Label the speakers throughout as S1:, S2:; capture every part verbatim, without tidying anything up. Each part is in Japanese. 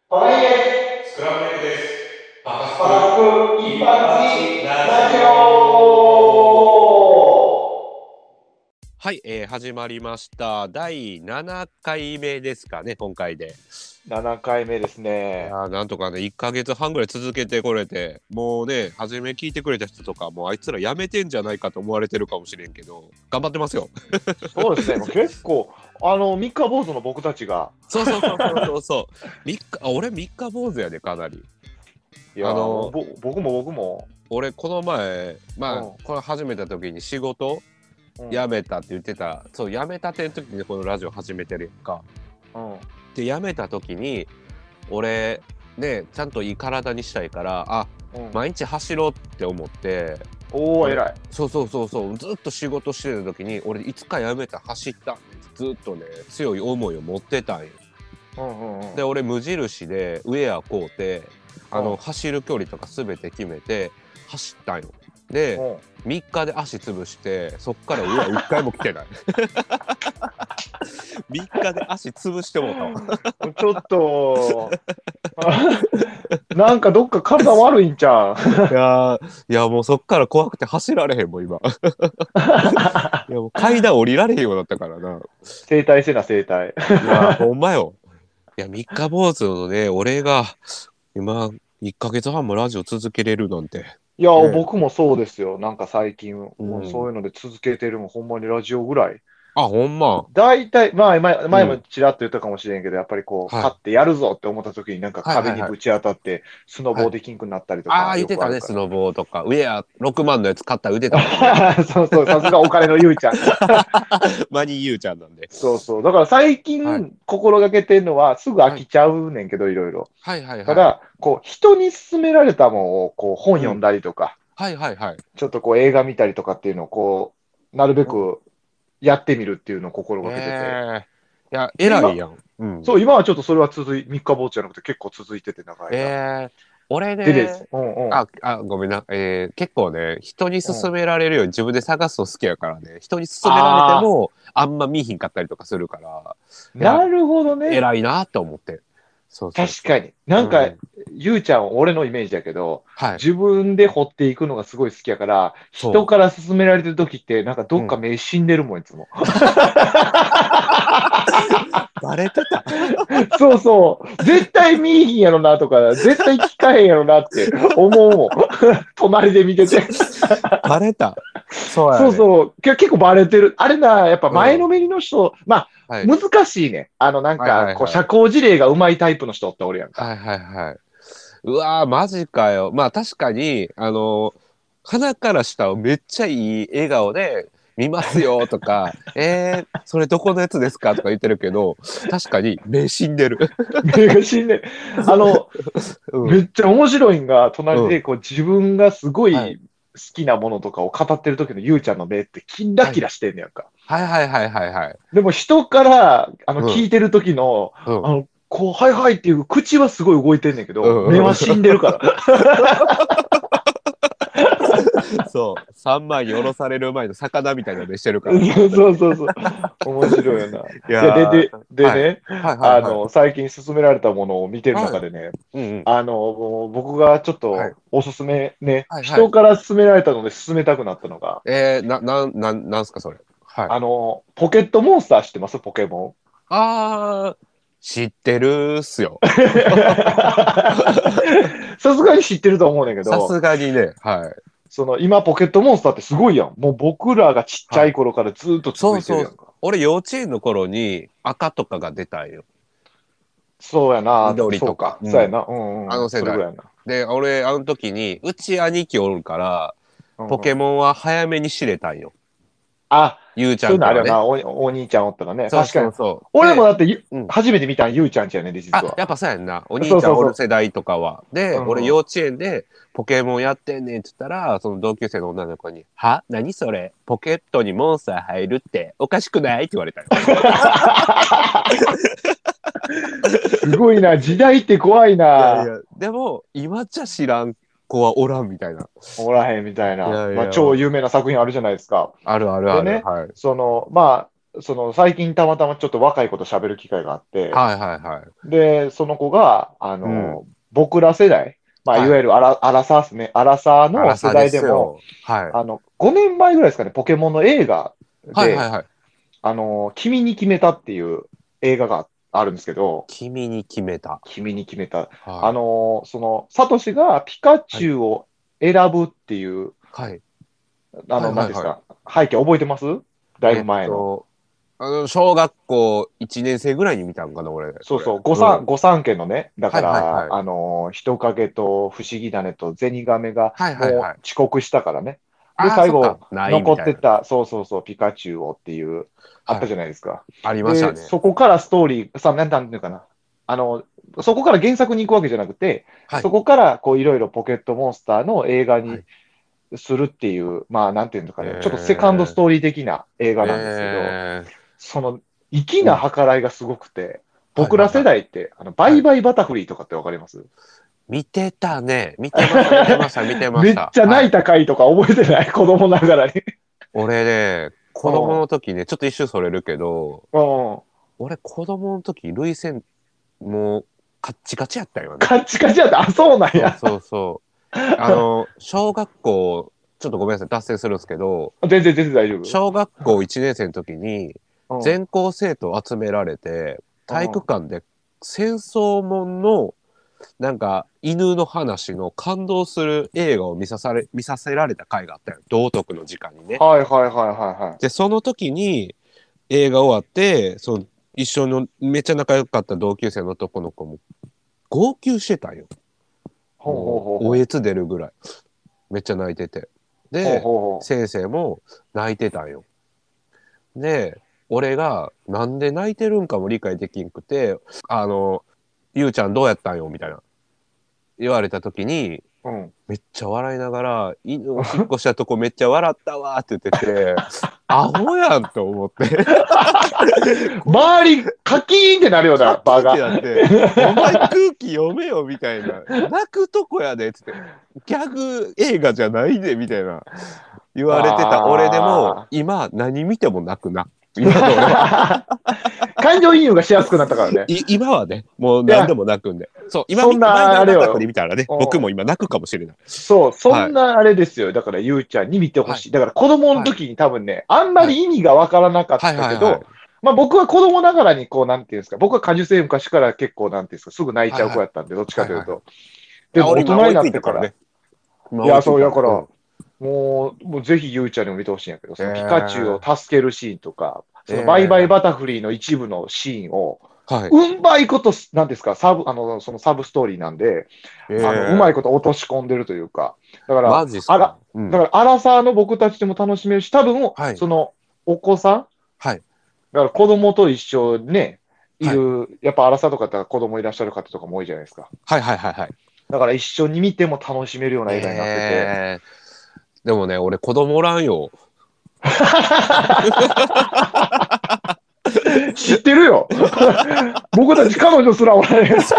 S1: トライです。
S2: スクラップネックです。バカス
S1: バカス
S2: ク
S1: ク一
S2: 一発
S1: 発ラジ
S2: ラジオ。
S1: オ。
S2: はい、えー、始まりました。だいななかいめですかね、今回で。
S1: ななかいめです
S2: い
S1: ね。
S2: やーなんとかね、いっかげつはんぐらい続けてこれて、もうね、初め聞いてくれた人とか、もうあいつらやめてんじゃないかと思われてるかもしれんけど、頑張ってますよ。
S1: そうですね、もう結構、あの、三日坊主の僕たちが、
S2: そうそうそうそうそうそう。みっか、あ、俺みっか坊主やで、かなり。
S1: いやー、もう
S2: あの
S1: ぼ僕も僕も、
S2: 俺この前、まあ、
S1: う
S2: これ始めた時に仕事
S1: ん、うん、
S2: 辞めたって言ってた、そう辞めたての時にこのラジオ始めてるやんか。
S1: うん、
S2: で辞めた時に俺ねちゃんといい体にしたいからあ
S1: うん。
S2: 毎日走ろうって思って
S1: おー、
S2: 俺
S1: 偉い。
S2: そうそうそうそうずっと仕事してた時に俺いつか辞めた走ったってずっとね強い思いを持ってたんよ。
S1: うんうんうん。
S2: で俺無印でウェア買うてあの
S1: うん
S2: 走る距離とか全て決めて走ったんよ。で
S1: うん
S2: みっかで足潰してそっからウェアいっかいも着てないみっかで足潰してもうたわ。
S1: ちょっと、なんかどっか体悪いんちゃう？
S2: いやーいやもうそっから怖くて走られへんもん今。いやもう階段降りられへんようになったからな。
S1: 整体せな、整体。
S2: いやほんまよ。いや三日坊主のね俺が今いっかげつはんもラジオ続けれるなんて
S1: いや、
S2: ね。
S1: 僕もそうですよ。なんか最近、もうそう
S2: うん
S1: いうので続けてるもん、ほんまにラジオぐらい。
S2: あほんま。
S1: 大体、まあ、前前も
S2: うん
S1: ちらっと言ったかもしれんけど、やっぱりこう、
S2: はい
S1: 勝ってやるぞって思った時になんか
S2: はいはいはい
S1: 壁にぶち当たって、スノ
S2: はい
S1: ボーできんくなったりとか、
S2: ああ言って
S1: よくあるか
S2: たねスノボーとかウェアろくまんのやつ買ったら売ってたもんね。
S1: ら。そうそう、さすがお金のゆうちゃん。
S2: マニーユーちゃんなんで。
S1: そうそう。だから最
S2: はい
S1: 近心がけてるのは、すぐ飽
S2: はい
S1: きちゃうねんけど、いろいろ。
S2: はいはいはい
S1: ただ、こう、人に勧められたもんを、こう、本読ん
S2: うん
S1: だりとか、
S2: はいはいはい
S1: ちょっとこう、映画見たりとかっていうのを、こう、なるべ
S2: うん
S1: くやってみるっていうのを心
S2: え
S1: がけてて。
S2: えいや
S1: で、今、
S2: 偉いやん。うん
S1: そう、今はちょっとそれは続い、三日坊主じゃなくて結構続いてて長い間。
S2: えー、俺
S1: でです。
S2: ね、
S1: うんうん。
S2: あ、あ、ごめんな。えー、結構ね、人に
S1: うん。
S2: 勧められるように自分で探すの好きやからね、人に勧められて
S1: あ
S2: も、あんま見ひんかったりとかするから、
S1: ー、
S2: いや、
S1: なるほどね。
S2: 偉いなって思って。そうそうそ
S1: 確かに。なん
S2: う。う
S1: か、
S2: ん。
S1: ゆうちゃん、俺のイメージだけど、
S2: はい。
S1: 自分で掘っていくのがすごい好きやから、人
S2: そ
S1: から勧められてる時って、なんかど
S2: う。うん。
S1: っか目死んでるもん、いつも。
S2: バレてた。
S1: そうそう。絶対見えへんやろなとか、絶対聞かへんやろなって思うもん。隣で見てて。
S2: バレた。そうやね。
S1: そうそう。け結構バレてる。あれな、やっぱ
S2: うん。
S1: 前のめりの人、まあ、
S2: はい。
S1: 難しいね。あの、なん
S2: はい
S1: か、こう、
S2: はいはい。
S1: 社交辞令が上手いタイプの人っておるやんか。
S2: はいはいはい。うわー、マジかよ。まあ確かに、あの鼻から下をめっちゃいい笑顔で見ますよとか、えー、それどこのやつですかとか言ってるけど、確かに目死んでる。
S1: 目が死んで、あの、
S2: うん、
S1: めっちゃ面白いんが、
S2: うん。
S1: 隣でこう自分がすご
S2: はい。
S1: い好きなものとかを語ってる時のゆうちゃんの目ってキンラ
S2: はい。
S1: キラしてんねやんか。
S2: はいはいはいはいはい。
S1: でも人からあの
S2: うん。
S1: 聞いてる時の、
S2: うん。
S1: あの、こう、はいはいっていう口はすごい動いてんねんけど、目
S2: うん。うん。
S1: は死んでるから。
S2: そう。三枚に下ろされる前の魚みたいな目してるからな、本
S1: そう
S2: 当に。
S1: そうそうそう。面白いよな。い
S2: い
S1: や、で、で、
S2: やー、はい。
S1: でね、
S2: はいはいはい。
S1: あの、最近勧められたものを見てる
S2: はい。
S1: 中でね、
S2: うんうん。
S1: あの、僕がちょっ
S2: はい。
S1: とおすすめね、
S2: はいはい。
S1: 人から勧められたので勧めたくなったのが、
S2: えー、な、なん、なん、なんすかそれ。はい。
S1: あの、ポケットモンスター知ってますポケモン。
S2: あー、知ってるっすよ。
S1: さすがに知ってると思うんだけど、
S2: さすがにね、はい。
S1: その今ポケットモンスターってすごいやん。もう僕らがちっちゃ
S2: はい。
S1: い頃からずっと続
S2: そうそう。
S1: いてるやんか。
S2: 俺幼稚園の頃に赤とかが出たんよ。
S1: そうやな、
S2: 緑とか。
S1: そうか。
S2: うん。
S1: そうやな。うんうんうん。
S2: あの世代。
S1: それぐらいやな。
S2: で、俺、あの時に、うち兄貴おるから、ポケ
S1: うんうん。
S2: モンは早めに知れたんよ。
S1: あ、
S2: ゆうちゃ
S1: そういうのあるよな。
S2: んからね。
S1: お、お兄ちゃんおったらね。
S2: そう
S1: 確かに。
S2: そうそう。
S1: 俺も
S2: で、
S1: だってゆ、
S2: うん。
S1: 初めて見たんゆうちゃんちやねんで、実
S2: あ、
S1: は。
S2: やっぱそうやんな。お兄ちゃん
S1: そうそうそ
S2: おる世代とかは。
S1: う。
S2: で、
S1: うんうん。
S2: 俺幼稚園でポケモンやってんねんって言ったら、その同級生の女の子に、は何それポケットにモンスター入るっておかしくないって言われたよ。
S1: すごいな。時代って怖いな。
S2: いやいや、でも、今じゃ知らん子はおらんみたいな。
S1: おらへんみたいな。まあ、
S2: いやいや、
S1: 超有名な作品あるじゃないですか。
S2: あるあるある。
S1: でね、
S2: はい。
S1: その、まあ、 その最近たまたまちょっと若い子と喋る機会があって、
S2: はいはいはい。
S1: で、その子が、あ
S2: うん。
S1: の、僕ら世代、まあ、い
S2: はい。
S1: わゆるアラ、アラサーですね。アラサーの世
S2: 荒さで
S1: 代でも、
S2: すよ。はい。
S1: あの、ごねんまえぐらいですかね、ポケモンの映画で、
S2: はいはいはい。
S1: あの、君に決めたっていう映画があるんですけど、
S2: 君に決めた。
S1: 君に決めた。あ
S2: はい。
S1: の、その、サトシがピカ
S2: はい。
S1: チュウを選ぶっていう、
S2: はい。
S1: あの、
S2: はいはいはい。
S1: なんていうんですか、背景覚えてます？だい
S2: えっ
S1: ぶ前の。
S2: と、あの、小学校いちねん生ぐらいに見たんかな、俺、それ。
S1: そうそう、御三、
S2: うん。
S1: 御三家のね、だ
S2: は
S1: から、
S2: いはいはい。
S1: あの、人影と不思議種と銭亀が
S2: はいはいはい。
S1: もう遅刻したからね。で、
S2: ああ、
S1: 最後、
S2: そっか。ない
S1: 残
S2: みたいな。
S1: ってた、そうそうそう、ピカチュウをっていう、あった
S2: はい。
S1: じゃないですか。
S2: ありました
S1: で、
S2: ね。
S1: そこからストーリー、さ、なんなんていうかな。あの、そこから原作に行くわけじゃなくて、
S2: はい。
S1: そこからこういろいろポケットモンスターの映画に
S2: はい。
S1: するっていう、まあ、なんていうんですか
S2: え
S1: ね、ちょっとセカンドス
S2: ー、
S1: トーリー的な映画なんですけど、
S2: えー、
S1: その、粋
S2: うん。
S1: な計らいがすごくて、僕ら世
S2: はいはいはい。
S1: 代って、あの、バ
S2: はい。
S1: イバイバタフリーとかってわかります？
S2: 見てたね。見てました、見てました、見てま
S1: めっ
S2: した。
S1: ちゃ泣い
S2: はい。
S1: た回とか覚えてない？子供ながらに。
S2: 俺ね、子供
S1: うん。
S2: の時ね、ちょっと一瞬それるけど、
S1: うん。
S2: 俺子供の時、涙腺もうカッチカチやったよね。
S1: カッチカチやった。あ、そうなんや。
S2: そうそうそう。あの、小学校、ちょっとごめんなさい、脱線するんですけど、
S1: 全然、全然大丈夫。
S2: 小学校いちねん生の時に、
S1: うん。
S2: 全校生徒集められて、体育
S1: うん。
S2: 館で戦争もんの、なんか、犬の話の感動する映画を見さされ、見させられた回があったよ。道徳の時間にね。
S1: はいはいはいはいはい。
S2: で、その時に映画終わって、その、一緒のめっちゃ仲良かった同級生の男の子も号泣してたんよ。
S1: ほうほう
S2: もう、
S1: ほうほう。
S2: おえつ出るぐらい。めっちゃ泣いてて。
S1: ほう
S2: で、
S1: ほうほ
S2: 先生も泣いてたんよ。で、俺がなんで泣いてるんかも理解できんくて、あの、ゆうちゃんどうやったんよみたいな言われた時に、
S1: う。うん。
S2: めっちゃ笑いながら、犬おしっこしたとこめっちゃ笑ったわって言ってて、アホやんと思って、
S1: 周り、カキーンってなるような、
S2: カキンって
S1: 場が。
S2: なって、お前空気読めよみたいな、泣くとこやでっつって、ギャグ映画じゃないでみたいな言われてた俺でも、
S1: あ
S2: 今何見ても泣くな。今の俺は。
S1: あ。感情移入がしやすくなったからね。
S2: い今はね、もう
S1: いや、
S2: 何でも泣くんで。そう、今
S1: そん
S2: み、バイバ
S1: な、あ
S2: イバタフリ
S1: れよ。
S2: 見たらね、僕も
S1: うん。
S2: 今泣くかもしれない。
S1: そう、そ
S2: はい。
S1: んなあれですよ。だから、ゆうちゃんに見てほ
S2: はい。
S1: しい。だから、子供の
S2: はい。
S1: 時に多分ね、あんま
S2: はい。
S1: り意味がわからなかっ
S2: はいはいはい。
S1: たけど、まあ僕は子供ながらに、こう、なんていうんですか、僕は果樹性昔から結構、なんていうんですか、すぐ泣いちゃう
S2: はいはい。
S1: 子やったんで、どっちか
S2: はいはいはい。
S1: というと。
S2: いや、
S1: でも、
S2: 俺今追い
S1: 大人になってから、
S2: ついたからね。今
S1: いや、そう、
S2: 追いついたわ。
S1: だから、
S2: うん。
S1: もう、もうぜひゆうちゃんにも見てほしいんやけど、
S2: え
S1: そのピカチュウ
S2: ー、
S1: を助けるシーンとか、
S2: え
S1: そのバイバイバ
S2: ー、
S1: タフリーの一部のシーンを、
S2: はい。
S1: うんまいこと、なんですか、サブ、あの、そのサブストーリーなんで、
S2: え
S1: あの、うまい
S2: ー、
S1: こと落とし込んでるというか、だから、
S2: マジっすか？
S1: あら、
S2: うん。
S1: だから、アラサーの僕たちでも楽しめるし、多分、
S2: はい。
S1: その、お子さん、
S2: はい。
S1: だから子供と一緒にね、い
S2: はい。
S1: る、やっぱアラサーとかだったら子供いらっしゃる方とかも多いじゃないですか。
S2: はいはいはいはい。
S1: だから一緒に見ても楽しめるような映画になってて。
S2: えー、でもね、俺子供おらんよ。
S1: 知ってるよ。僕たち彼女すらおられん。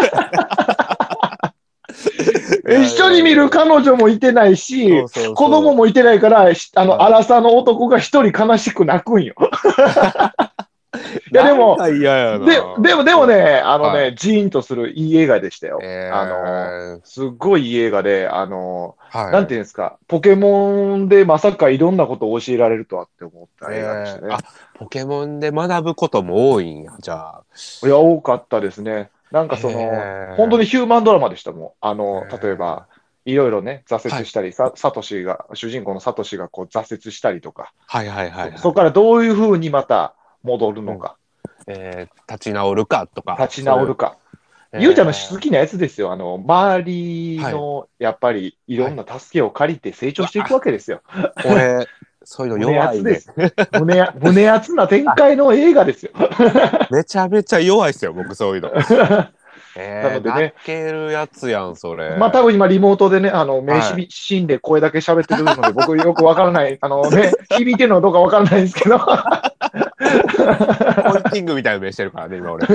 S2: いやい
S1: 一緒に見る
S2: やいや。
S1: 彼女もいてないし、
S2: そうそう
S1: 子供
S2: そ
S1: もいてないから、あ
S2: う。
S1: の、
S2: はい。
S1: 荒さの男が一人悲しく泣くんよ。いや、で
S2: なん
S1: も、
S2: か嫌や
S1: で、
S2: な。
S1: でも、でも
S2: うん。
S1: ね、あの
S2: はい。
S1: ね、ジーンとするいい映画でしたよ。あの、
S2: えー、
S1: すっごいいい映画で、あの、なん
S2: はい。
S1: ていうんですか、ポケモンでまさかいろんなことを教えられるとはって思った映画でし
S2: えー、あ、
S1: たね。
S2: ポケモンで学ぶことも多いんや、じゃあ。
S1: いや、多かったですね。なんか
S2: へ
S1: その、本当に
S2: え。
S1: ヒューマンドラマでしたもん。あ
S2: へ
S1: の、例えば、
S2: え。
S1: いろいろね、挫
S2: はい。
S1: 折したり、さ、サトシが、主人公のサトシがこう挫折したりとか、
S2: はいはいはい
S1: そ、そこ
S2: はい。
S1: からどういうふうにまた戻る
S2: うん。
S1: のか、
S2: えー、立ち直るかとか、
S1: 立ち
S2: そういう。
S1: 直るか。ゆうちゃんの
S2: えー、
S1: 好きなやつですよ。あの、周り
S2: はい。
S1: の、やっぱりいろ
S2: はい。
S1: んな助けを借りて成長していくわ
S2: うわ、
S1: けですよ。
S2: 俺、そういうの
S1: 胸
S2: 弱いね。
S1: 熱です。胸あ、胸熱な展
S2: あ、
S1: 開の映画ですよ。
S2: めちゃめちゃ弱いっすよ、僕そういうの。
S1: な
S2: えー、泣
S1: のでね、
S2: けるやつやん、そ
S1: まあ
S2: れ。
S1: 多分今リモートでね、あの、名
S2: はい。
S1: 刺シーンで声だけ喋ってるので、僕よくわからない、あのね、響いてるのどうかわからないんですけど。っ
S2: ポインティングみたいな目してるからね、今俺。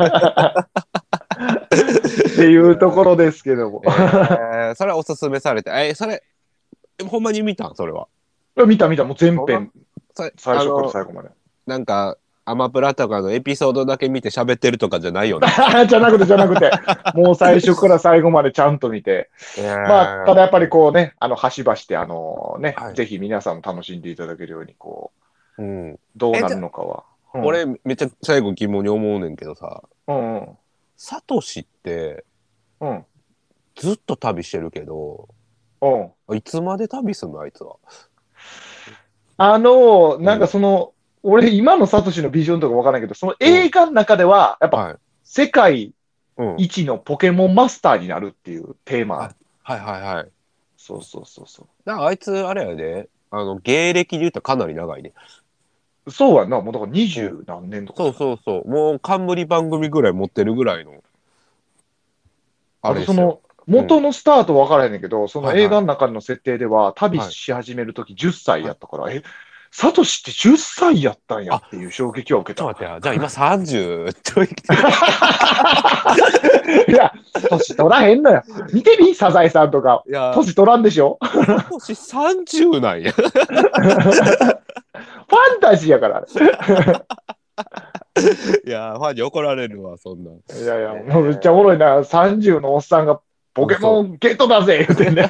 S1: ていうところですけども。
S2: えー、それはおすすめされて、えー、それ、ほんまに見たんそれは。
S1: 見た見た、もう全
S2: ほんま
S1: 編、
S2: それ、
S1: 最初から
S2: あの、
S1: 最後まで。
S2: なんか、 アマプラとかのエピソードだけ見て喋ってるとかじゃないよね。
S1: じゃなくて、じゃなくて、もう最初から最後までちゃんと見て。まあ、ただやっぱりこうね、あの、端々で、あのね、
S2: はい
S1: ぜひ皆さんも楽しんでいただけるように、こ
S2: う、うん、
S1: う、どうなるのかは。うん、
S2: 俺めっちゃ最後疑問に思うねんけどさ、
S1: うんうん。
S2: サトシって
S1: うん。
S2: ずっと旅してるけど、
S1: うん。
S2: いつまで旅すんのあいつは。
S1: あの、なんか
S2: うん。
S1: その、俺今のサトシのビジョンとかわからないけど、その
S2: うん。
S1: 映画の中では、やっぱ
S2: はい。
S1: 世界
S2: うん。
S1: 一のポケモンマスターになるっていうテー
S2: はい
S1: マ。
S2: はいはいはい。
S1: そうそうそうそ
S2: だからあいつあれやで、あの芸歴で言ったらかなり長いね。
S1: う。そうやんな、もうだから二
S2: うん。
S1: 十何年とか
S2: そう
S1: じゃない。
S2: そうそう。もう冠番組ぐらい持ってるぐらいのあ
S1: あ
S2: れですよ。
S1: とその、
S2: うん。
S1: 元のスタートわからへんねんけど、その映
S2: はいはい
S1: 画の中の設定では、旅
S2: はい
S1: し始めるときじゅっさい
S2: はい。
S1: やったから、え、サトシってじゅっさいやったんや
S2: あ、
S1: っていう衝撃を受けた。
S2: ちょっと待ってや。じゃあ今さんじゅうちょい。
S1: いや、年取らへんのよ。見てみ、サザエさんとか。
S2: いや、
S1: 年取らんでしょ。
S2: サトシさんじゅうなんや。
S1: ファンタジーやから。
S2: いや、ファンに怒られるわ、そんなん。
S1: いやいや、もうめっちゃおもろい
S2: え
S1: な。さんじゅうのおっさんがポケ
S2: ー、そ
S1: モンゲットだぜ言うてんね。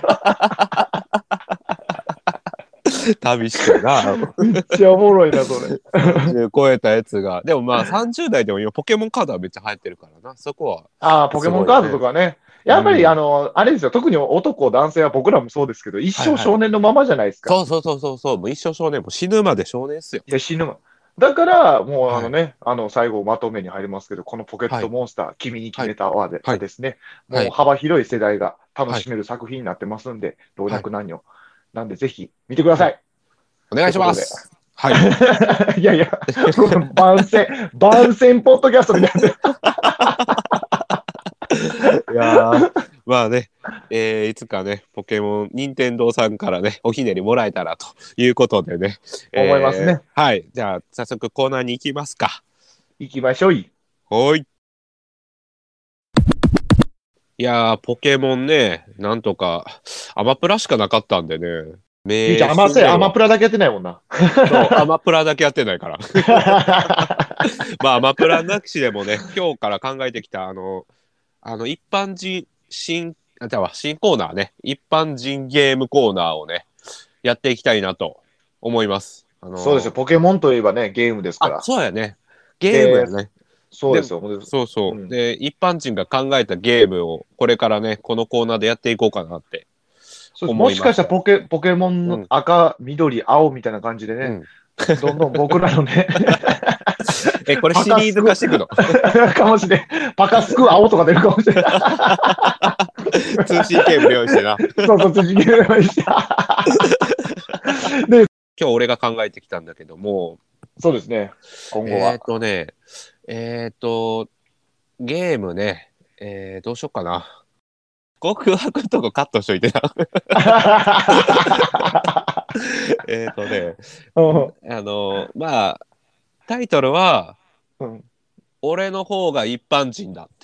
S2: う、旅してな。
S1: めっちゃおもろいな、それ。
S2: さんじゅう超えたやつが。でもまあさんじゅう代でも今ポケモンカードはめっちゃ流行ってるからな。そこは
S1: ああ、ポケモンカード
S2: すごいよね。
S1: とかね。やっぱり、
S2: うん。
S1: あの、あれですよ。特に男、男性は僕らもそうですけど、一生
S2: はいはい。
S1: 少年のままじゃないですか。
S2: そうそうそうそうそう。もう一生少年、もう死ぬまで少年っすよ。
S1: いや、死ぬま。だから、もうあ
S2: はい。
S1: のね、あの、最後まとめに入りますけど、このポケッ
S2: はい。
S1: トモンスター、君に決
S2: はい。
S1: めたはで、
S2: はい。
S1: ですね、
S2: はい。
S1: もう幅広い世代が楽
S2: はい。
S1: しめる作品になってますんで、老
S2: はい。
S1: 若男女。なんで、ぜひ見てくだ
S2: はい。
S1: さい。
S2: お願いし
S1: ということで。
S2: ます。はい。
S1: いやいや、これ番宣、番宣ポッドキャストみたいな。
S2: いやー、まあね、えーいつかね、ポケモン、任天堂さんからね、おひねりもらえたらということでね、えー
S1: 思いますね。
S2: はい。じゃあ、早速コーナーに行きますか。
S1: 行きましょうい。
S2: はい。いやー、ポケモンね、なんとか、アマプラしかなかったんでね、目
S1: ゆうちゃん、アマ、そうや、アマ
S2: 死んでるわ。
S1: プラだけやってないもんな。
S2: そう、アマプラだけやってないから。まあ、アマプラなしでもね、今日から考えてきた、あの、あの、一般人、新、あ、じゃあ、新コーナーね、一般人ゲームコーナーをね、やっていきたいなと思います。あ
S1: そうですよ。
S2: の
S1: ポケモンといえばね、ゲームですか
S2: あ、
S1: ら。
S2: そうやね。ゲーム
S1: で、
S2: やね。で、
S1: そうですよ。
S2: そうそう。
S1: うん。
S2: で、一般人が考えたゲームを、これからね、このコーナーでやっていこうかなって
S1: そうです。もしかしたら
S2: 思いました。
S1: ポケ、ポケモンの
S2: うん、
S1: 赤、緑、青みたいな感じでね、
S2: うん。
S1: どんどん僕らのね、
S2: え、これ
S1: パ
S2: シリー
S1: カスク
S2: ズ化していくの？
S1: かもしれん。パカスク青とか出るかもしれない。
S2: 通信ケーブル用意してな。
S1: そうそう、辻切れました。で、
S2: 今日俺が考えてきたんだけども、
S1: そうですね。今後
S2: えっ
S1: は。
S2: とね、えっと、ゲームね、えー、どうしよっかな。告白とこカットしといてな。えっとね、
S1: うん
S2: あの、まあ、タイトルは、
S1: うん、
S2: 俺の方が一般人だって。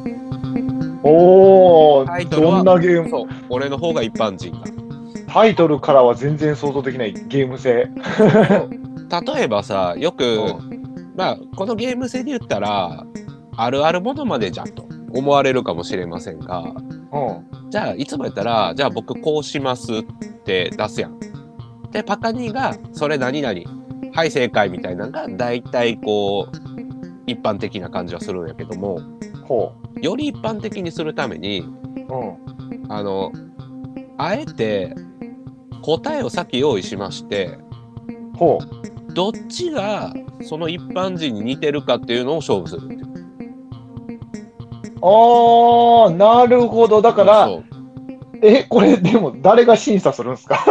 S1: おー、どん
S2: タイトルは、
S1: なゲーム？
S2: そう、俺の方が一般人だ。
S1: タイトルからは全然想像できないゲーム性。
S2: そう。例えばさ、よく、
S1: うん、
S2: まあ、このゲーム性で言ったら、あるあるものまでじゃんと思われるかもしれませんが、
S1: うん、
S2: じゃあ、いつもやったら、じゃあ僕こうしますって出すやん。で、パカニーが、それ何々、はい正解みたいなのが、だいたいこう、一般的な感じはするんやけども、
S1: ほ
S2: より一般的にするために、
S1: う。うん、
S2: あの、あえて答えを先用意しまして、
S1: ほ
S2: どっちがその一般人に似てるかっていうのを勝負するっていう。
S1: う。あー、なるほど。だから、
S2: そうそう
S1: え、これでも誰が審査するんですか？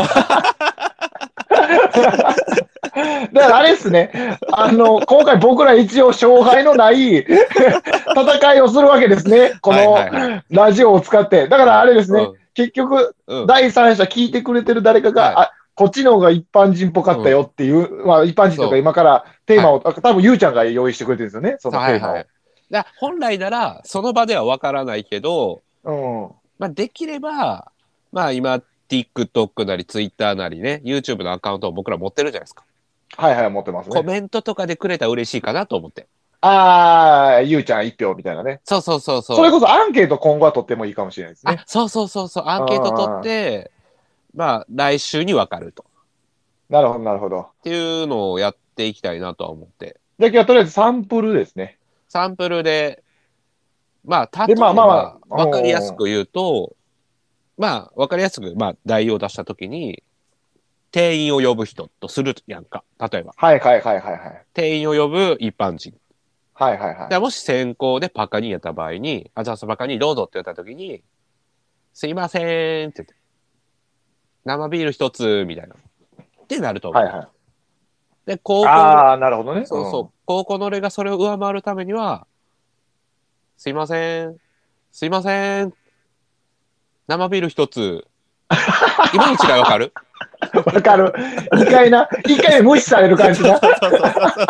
S1: だからあれですね。あの、今回僕ら一応勝敗のない戦いをするわけですね。こ
S2: はいは
S1: の
S2: いはい。
S1: ラジオを使って。だからあれですね。
S2: うん
S1: 結局、
S2: うん。
S1: 第三者聞いてくれてる誰かが、
S2: はい。
S1: あ、こっちの方が一般人っぽかった
S2: うん。
S1: よっていう、まあ一般人とか
S2: そう。
S1: 今からテー
S2: はい。
S1: マを、あ多分ゆうちゃんが用意してくれてるんですよね。そのテーマを。
S2: はいはい。だ本来ならその場ではわからないけど、
S1: うん。
S2: まあ、できれば、まあ今 TikTok なり Twitter なりね、YouTube のアカウントを僕ら持ってるじゃないですか。
S1: はいはい、持ってますね。
S2: コメントとかでくれたら嬉しいかなと思って。
S1: ああ、ゆうちゃん一票みたいなね。
S2: そうそうそう
S1: それ
S2: そう。
S1: こそアンケート今後は取ってもいいかもしれないですね。
S2: あ、そうそうそうそう。アンケート取っ
S1: ああ、
S2: て、まあ、来週に分かると。
S1: なるほど、なるほど。
S2: っていうのをやっていきたいなとは思って。
S1: じゃあ今日はとりあえずサンプルですね。
S2: サンプルで、まあ、
S1: で、まあまあ
S2: 例えば、
S1: まあ、
S2: 分かりやす
S1: おー
S2: く言うと、まあ、分かりやすく、まあ、題を出したときに、店員を呼ぶ人とするやんか。例えば、
S1: はいはいはいはいはい。
S2: 店員を呼ぶ一般人。
S1: はいはいはい。
S2: でもし先行でパカニーやった場合に、あ、じゃあそのパカニーどうぞって言ったときに、すいませんって言って、生ビール一つみたいな。ってなると思うね。
S1: はいはい。
S2: で、高校の、
S1: ああ、なるほどね。うん。
S2: そうそう、高校の俺がそれを上回るためには、すいません、すいません、生ビール一つ。今の違いわかる？
S1: わかる。一回な、一回無視される感じな。
S2: そうそうそうそう。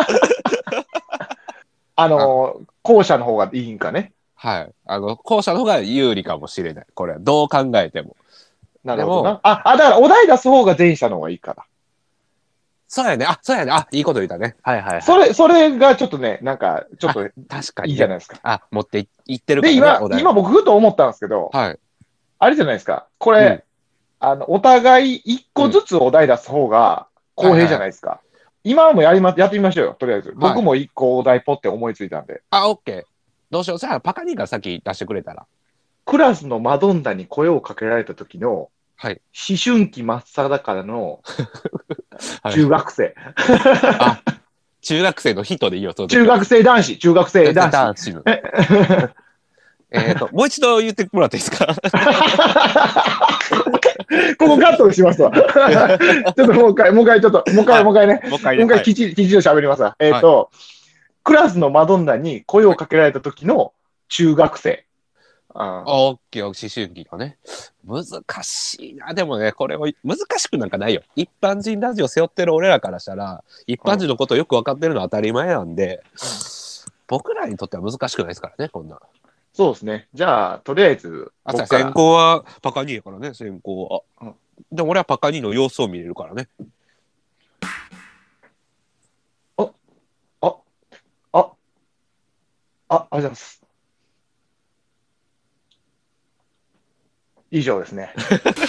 S1: あ
S2: あ、
S1: の、後者の方がいいんかね。
S2: はい。あの、後者の方が有利かもしれない。これはどう考えても。でも、
S1: なるほどな。あ、あ、だからお題出す方が前者の方がいいから。
S2: そうやね。あ、そうやね。あ、いいこと言ったね。はいはいはい。
S1: それ、それがちょっとね、なんか、ちょっ
S2: あ、
S1: とい
S2: 確かにね。
S1: いじゃないですか。
S2: あ、持ってい、いってるか
S1: で、
S2: らね、
S1: 今、
S2: お題。
S1: 今僕ふと思ったんですけど、
S2: はい。
S1: あれじゃないですか。こ
S2: うん。
S1: れ、あの、お互い一
S2: うん。
S1: 個ずつお題出す方が公平
S2: はいはいはい。
S1: じゃないですか。今もやりま、やってみましょうよ、とりあえず。
S2: はい。
S1: 僕も一個お題ポって思いついたんで。
S2: あ、オッケー。どうしよう。じゃあ、パカニーが先出してくれたら。
S1: クラスのマドンナに声をかけられた時の思
S2: はい。
S1: 春期真っ只中の
S2: はい。
S1: 中学生。
S2: あ、中学生の人でいいよ、その時は。
S1: 中学生男子、中学生男子。
S2: 男子の。えっと、もう一度言ってもらっていいですか？
S1: ここカットしますわ。ちょっともう一回、もう一回、ちょっと、もう一回、
S2: はい。
S1: もう一回ね。
S2: もう一回ね。
S1: もう一回、
S2: はい。
S1: きち、きちと喋りますわ。えっ、
S2: はい。
S1: と、クラスのマドンナに声をかけられた時の中学生。あ
S2: オッケー、思春期のね。難しいな。でもね、これを難しくなんかないよ。一般人ラジオ背負ってる俺らからしたら、一
S1: うん、
S2: 般人のことをよく分かってるのは当たり前なんで、
S1: うん、
S2: 僕らにとっては難しくないですからね、こんな。
S1: そうですね。じゃあ、とりあえず、
S2: あ、
S1: 僕から。
S2: 先行はパカニーやからね、先行は。
S1: うん、
S2: でも俺はパカニーの様子を見れるからね。
S1: あ、あ、あ、あ、ありがとうございます。以上ですね。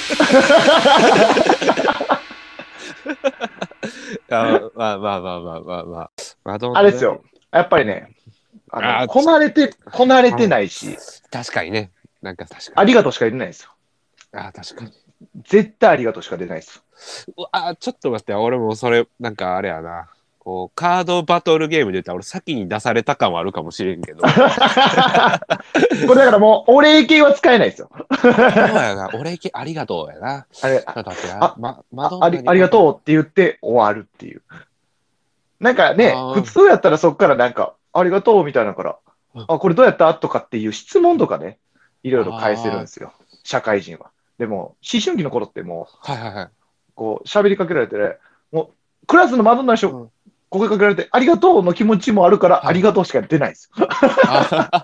S2: あ、まあまあまあまあまあまあ。マドンナ。
S1: あれですよ。やっぱりね、あの、
S2: あ、
S1: こなれて、こなれてないし、
S2: 確かにね。なんか確かに。
S1: ありがとうしか言ってないですよ。
S2: あ、確かに。
S1: 絶対ありがとうしか出ないです。
S2: うわ、ちょっと待って、俺もそれ、なんかあれやな。こう、カードバトルゲームで言ったら俺先に出された感はあるかもしれんけど。
S1: これだからもう、お礼系は使えないですよ。
S2: そうやな。俺行きありがとうやな。
S1: あれ、
S2: ちょっと待ってな。
S1: あ、
S2: ま、マ
S1: ああり、
S2: ドンナに
S1: ありが
S2: う。
S1: とうって言って終わるっていう。なんかね、普
S2: あ
S1: 通やったらそっからなんか、ありがとうみたいなのから、
S2: あ、
S1: あ、これどうやったとかっていう質問とかね、いろいろ返せるん
S2: あ
S1: ですよ。社会人は。でも、思春期の頃ってもう、
S2: あ、はいはいはい。
S1: こう、喋りかけられてね、もう、クラスの窓の人、
S2: うん、
S1: 声かけられて、ありがとうの気持ちもあるから、あ
S2: はいはい。
S1: りがとうしか出ないですよ。
S2: あ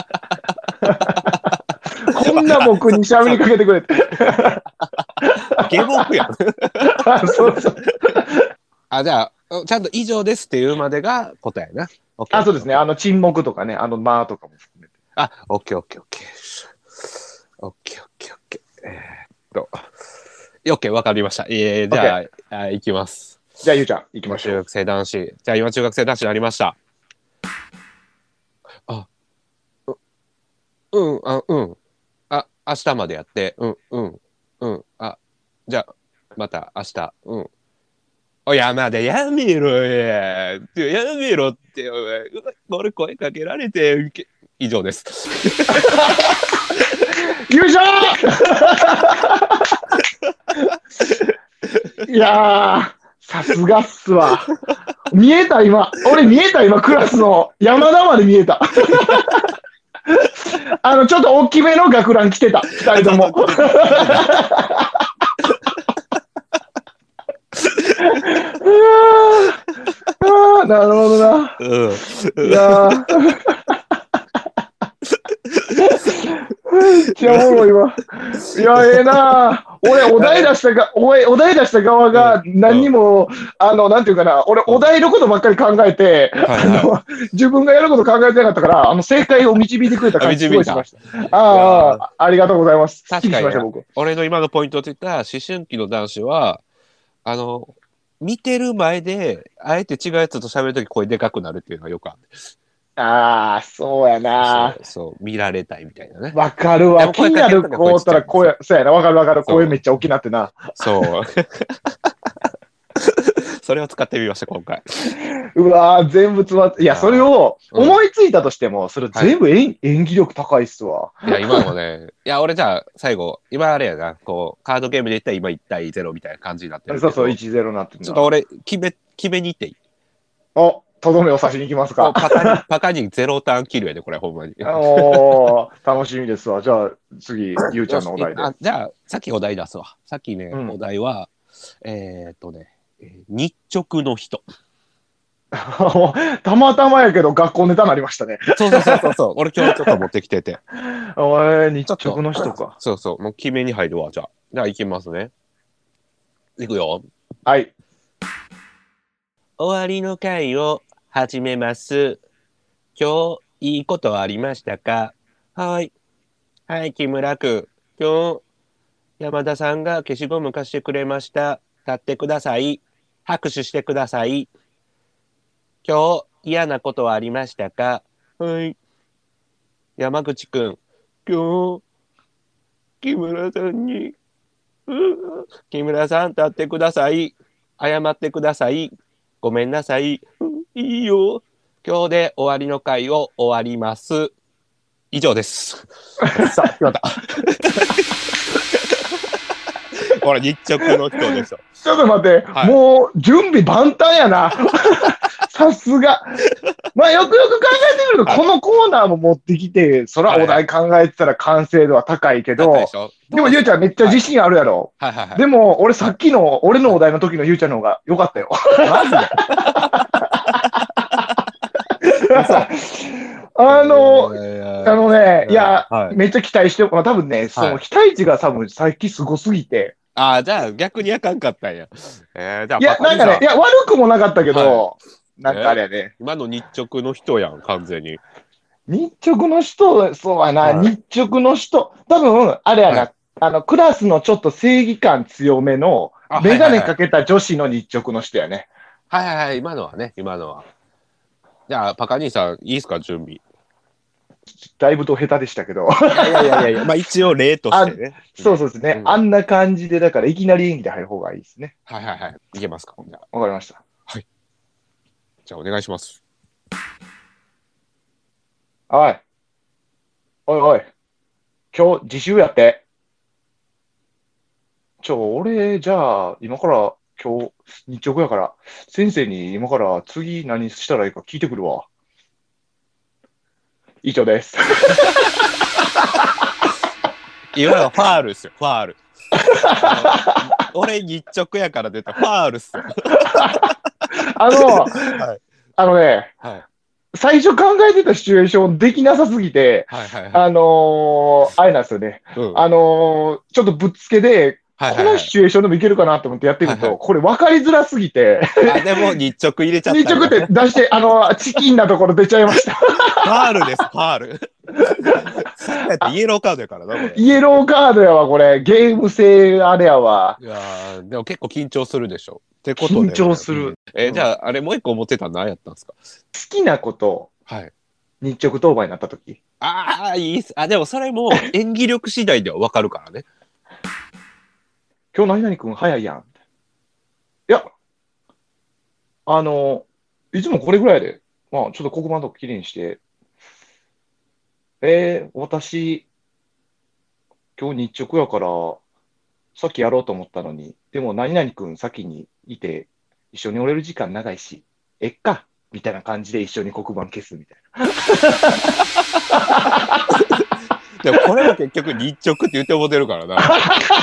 S1: こんな僕に喋りかけてくれて。
S2: 下僕やん。
S1: そうそう。
S2: あ、じゃあ、ちゃんと以上ですっていうまでが答えやな。オッケーオ
S1: あ、そうですね。
S2: ッケーオッケー。
S1: あの、沈黙とかね、あの、間とかも含めて。
S2: あ、オッケーオッケーオッケー。オッケーオッケーオッケー。えーっと、オッケーわかりました。えー、じゃ
S1: OK。
S2: あ、あいきます。
S1: じゃあ、ゆうちゃん、行きましょう。
S2: 中学生男子。じゃあ今中学生男子になりました。あ、ううん、あ、うん。あ、明日までやって、うん、うん、うん。あ、じゃあ、また明日、うん。おや、まだやめろや。やめろって、お前、俺声かけられて、以上です。
S1: 優勝いやー、さすがっすわ。見えた今。俺見えた今、クラスの山田まで見えた。あの、ちょっと大きめの学ラン着てた。二人とも。ああ、なるほどな。
S2: うん。
S1: いやー。 めっちゃおもろいわ。いや、ええなぁ。俺、お題出したが、おお題出した側が何にも、あの、なんていうかな、俺、お題のことばっかり考えて、
S2: はい
S1: あの、自分がやること考えてなかったから、あの、正解を導いてくれた感じすごいしました。ああ、ありがとうございます。すっきりしました、僕。
S2: 俺の今のポイントって言ったら、思春期の男子は、あの、見てる前で、あえて違うやつと喋るとき声でかくなるっていうのがよくある。
S1: ああ、そうやな。
S2: そう、そう、見られたいみたいなね。
S1: わかるわ。気になる子おったら声、そうやな。わかるわかる。声めっちゃ大きなってな。
S2: そう。それを使ってみました、今回。
S1: うわー、全部詰まって、いや、それを思いついたとしても、それ全部演演技力高いっすわ。
S2: いや、今もね、いや、俺じゃあ、最後、今あれやな、こう、カードゲームで言ったら今いち対ゼロみたいな感じになってる。
S1: そうそう、いちゼロになってる。
S2: ちょっと俺、決め、決めに行っていい？
S1: お、とどめを刺しに行きますか。
S2: パカに、パカにゼロターンキルやで、これ、ほんまに。
S1: おー、楽しみですわ。じゃあ、次、ゆうちゃんのお題で。
S2: あ、じゃあ、さっきお題出すわ。さっきね、うん、お題は、えー、っとね、日直の人。
S1: たまたまやけど学校ネタになりましたね。
S2: そうそうそうそう。俺今日ちょっと持ってきてて。
S1: おい、日直の人か。
S2: そうそう。もう決めに入るわ。じゃあ。じゃあ行きますね。いくよ。
S1: はい。
S2: 終わりの会を始めます。今日いいことありましたか？はい。はい、木村くん。今日山田さんが消しゴム貸してくれました。立ってください。拍手してください。今日嫌なことはありましたか？はい。山口くん。今日木村さんに、うん、木村さん立ってください。謝ってください。ごめんなさい。うん、いいよ。今日で終わりの会を終わります。以上です。さあ、決まった。ほら、日直の人でしょ。
S1: ちょっと待って、はい、もう準備万端やな。さすが。まあよくよく考えてみると、このコーナーも持ってきて、そらお題考えてたら完成度は高いけど、はいはい、でもゆうちゃんめっちゃ自信あるやろ。はいはいはいはい、でも俺さっきの、俺のお題の時のゆうちゃんの方が良かったよ。マジであの、あのね、いや、はい、めっちゃ期待して、まあ、多分ね、その期待値が多分さっきすごすぎて。
S2: ああ、じゃあ逆にあかんかったんや。
S1: えー、じゃあいや、なんかね、いや、悪くもなかったけど、はい、なんかあれやね、
S2: えー。今の日直の人やん、完全に。
S1: 日直の人、そうやな、はい、日直の人、多分、あれやな、はい、あの、クラスのちょっと正義感強めの、メガネかけた女子の日直の人やね。
S2: はいはいはい、今のはね、今のは。じゃあ、パカ兄さん、いいですか、準備。
S1: だいぶと下手でしたけど。
S2: いやいやいやいや、まあ一応例としてね。
S1: そうそうですね、うん。あんな感じで、だからいきなり演技で入る方がいいですね。
S2: はいはいはい。いけますか。
S1: じゃあわかりました。
S2: はい。じゃあお願いします。
S1: おい。おいおい。今日自習やって。ちょ、俺、じゃあ、今から、今日、日直やから、先生に今から次何したらいいか聞いてくるわ。以上です。
S2: いわゆるファールですよ、ファール。俺日直やから出たファールっすよ。
S1: あの、はい、あのね、はい、最初考えてたシチュエーションできなさすぎて、はいはいはい、あのー、あれなんですよね、うん、あのー、ちょっとぶっつけで、はいはいはい、このシチュエーションでもいけるかなと思ってやってみると、はいはい、これ分かりづらすぎて。
S2: あ、でも日直入れちゃった。
S1: 日直って出して、あの、チキンなところ出ちゃいました。フ
S2: ァールです、ファール。イエローカードやからな、これ。
S1: イエローカードやわ、これ。ゲーム性あれやわ。
S2: いやー、でも結構緊張するでしょ。ってことで、
S1: ね。緊張する。うん、
S2: えー、じゃあ、あれもう一個思ってたの何やったんですか？
S1: 好きなこと、はい、日直当番になったとき。
S2: ああ、いいっす。あ、でもそれも演技力次第では分かるからね。
S1: 今日何々くん早いやん。いや、あの、いつもこれぐらいで、まあ、ちょっと黒板とかきれいにして、えー、私、今日日直やから、さっきやろうと思ったのに、でも何々くん先にいて、一緒におれる時間長いし、えっかみたいな感じで一緒に黒板消すみたいな。
S2: でもこれも結局日直って言ってもてるからな。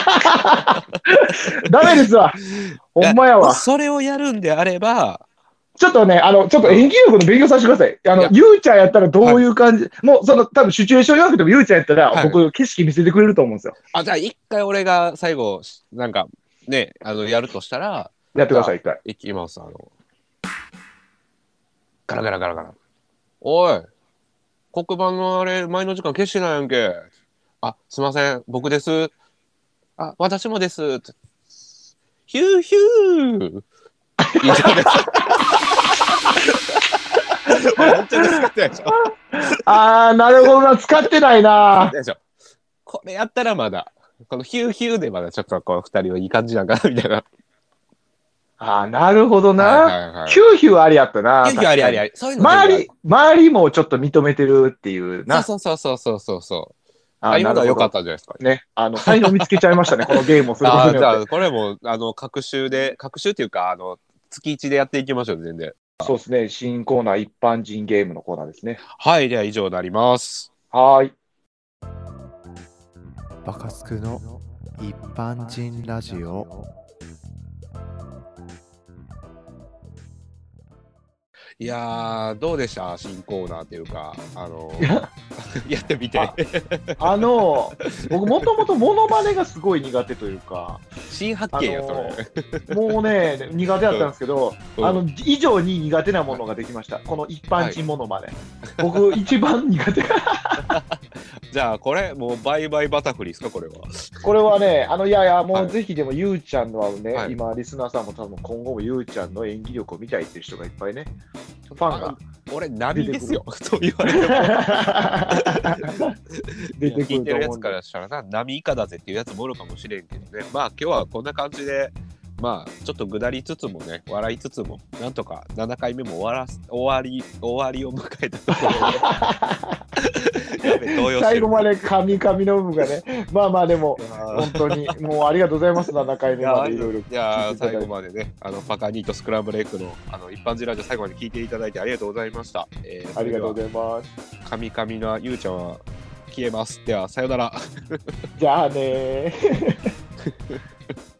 S1: ダメですわ。ほんまやわ。
S2: それをやるんであれば、
S1: ちょっとね、あの、ちょっと演技力の勉強させてください。あの、
S2: いや
S1: ゆうちゃんやったらどういう感じ、もう、その、多分シチュエーションなくても、ゆうちゃんやったら、
S2: はい
S1: 僕、景色見せてくれると思うんですよ。
S2: あ、じゃあ一回俺が最後、なんか、ね、あの、やるとしたら、
S1: やってください、一回。
S2: いきます。あの、ガラガラガラガラ。おい、黒板のあれ、前の時間消してないやんけ。あ、すいません、僕です。あ、私もです。ヒューヒュー。以上です。めっちゃ使ってないでしょ。
S1: あー、なるほどな、使ってないな。
S2: でしょ。これやったらまだ、このヒューヒューでまだちょっとこの二人はいい感じなんかなみたいな。
S1: あー、なるほどな。
S2: はいはいはい、
S1: ヒューヒューありやったな。
S2: ヒューヒューありありあり。そういうの
S1: 周り、周りもちょっと認めてるっていうな。
S2: そうそうそうそうそうそう。
S1: あ
S2: あ、今のは良かったんじゃないですか。
S1: ね。あの、才能見つけちゃいましたね、このゲームをすること
S2: あじ
S1: によって。
S2: ゃあ、これも、あの、各週で、各週っていうか、あの、月一でやっていきましょう、全然。
S1: そうですね。新コーナー、一般人ゲームのコーナーですね。
S2: はい、では以上になります。
S1: はーい。
S3: バカスクの一般人ラジオ。
S2: いやー、どうでした新コーナーっていうか、あの、やってみて。
S1: ああの、僕もともとモノマネがすごい苦手というか、
S2: 新発見や、それ。
S1: もうね、苦手だったんですけど、
S2: うん
S1: あの、以上に苦手なものができました。この一般人モノマネ。僕、一番苦手。
S2: じゃあ、これ、もう、バイバイバタフリーですか、これは。
S1: これはね、あの、いやいや、も
S2: はい
S1: うぜひでも、ゆうちゃんのね、
S2: はい
S1: 今、リスナーさんも多分今後もゆうちゃんの演技力を見たいっていう人がいっぱいね、ファンが。
S2: 俺、波ですよ。そう言われても。
S1: 出てく
S2: 聞いてるやつ
S1: ると思うんで。
S2: からしたらな、波以下だぜっていうやつもおるかもしれんけどね。まあ、今日はこんな感じで、まあ、ちょっとぐだりつつもね、笑いつつも、なんとかななかいめも終わらす、終わり、終わりを迎えたところで。やべ、動揺してる。
S1: 最後までカミカミの部分がね、まあまあでも、本当にもうありがとうございます、ななかいめまでいろいろ。
S2: いやー、最後までね、あのパカニーとスクランブルエッグのあの一般人ラジオ最後まで聞いていただいてありがとうございました。えー、
S1: ありがとうご
S2: い
S1: ざいます。
S2: ます。カミカミなゆうちゃんは消えます。では、さよなら。
S1: じゃあねー。